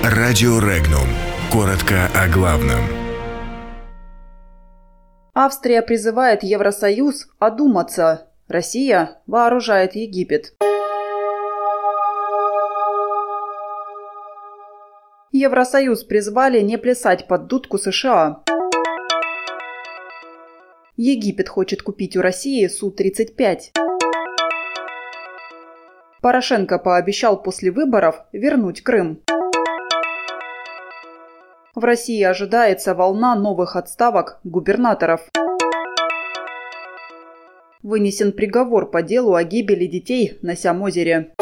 Радио Регнум. Коротко о главном. Австрия призывает Евросоюз одуматься. Россия вооружает Египет. Евросоюз призвали не плясать под дудку США. Египет хочет купить у России Су-35. Порошенко пообещал после выборов вернуть Крым. В России ожидается волна новых отставок губернаторов. Вынесен приговор по делу о гибели детей на Сям-озере.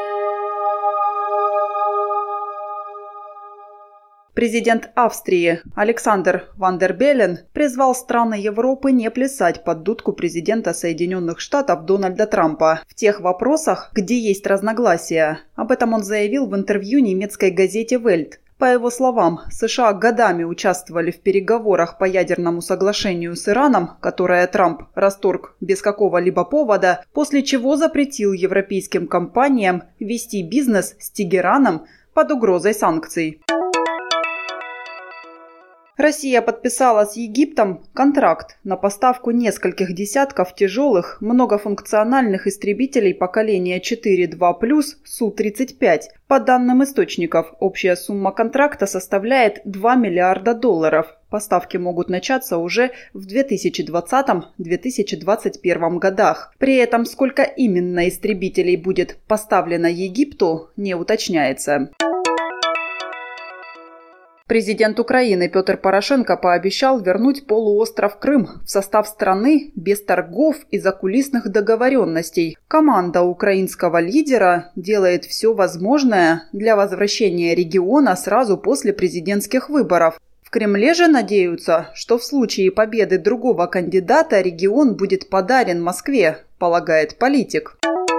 Президент Австрии Александр Ван дер Беллен призвал страны Европы не плясать под дудку президента Соединенных Штатов Дональда Трампа в тех вопросах, где есть разногласия. Об этом он заявил в интервью немецкой газете Welt. По его словам, США годами участвовали в переговорах по ядерному соглашению с Ираном, которое Трамп расторг без какого-либо повода, после чего запретил европейским компаниям вести бизнес с Тегераном под угрозой санкций. Россия подписала с Египтом контракт на поставку нескольких десятков тяжелых многофункциональных истребителей поколения 4.2+, Су-35. По данным источников, общая сумма контракта составляет $2 миллиарда. Поставки могут начаться уже в 2020-2021 годах. При этом сколько именно истребителей будет поставлено Египту, не уточняется. Президент Украины Петр Порошенко пообещал вернуть полуостров Крым в состав страны без торгов и закулисных договоренностей. Команда украинского лидера делает все возможное для возвращения региона сразу после президентских выборов. В Кремле же надеются, что в случае победы другого кандидата регион будет подарен Москве, полагает политик.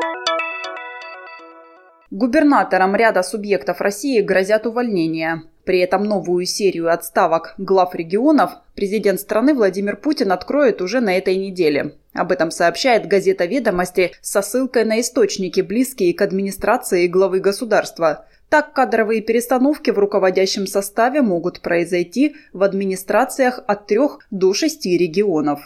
Губернаторам ряда субъектов России грозят увольнения. При этом новую серию отставок глав регионов президент страны Владимир Путин откроет уже на этой неделе. Об этом сообщает газета «Ведомости» со ссылкой на источники, близкие к администрации главы государства. Так, кадровые перестановки в руководящем составе могут произойти в администрациях от 3 до 6 регионов.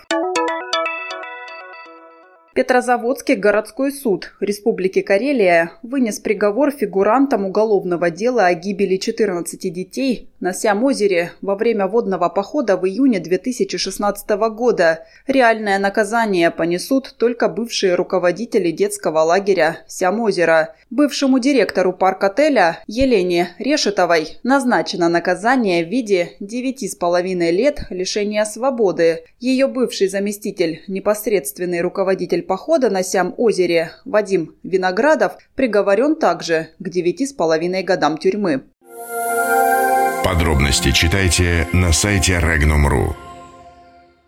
Петрозаводский городской суд Республики Карелия вынес приговор фигурантам уголовного дела о гибели 14 детей на Сям-озере во время водного похода в июне 2016 года. Реальное наказание понесут только бывшие руководители детского лагеря Сям-озеро. Бывшему директору парк-отеля Елене Решетовой назначено наказание в виде 9,5 лет лишения свободы. Ее бывший заместитель, непосредственный руководитель похода на Сям-озере Вадим Виноградов приговорен также к 9,5 годам тюрьмы. Подробности читайте на сайте Regnum.ru.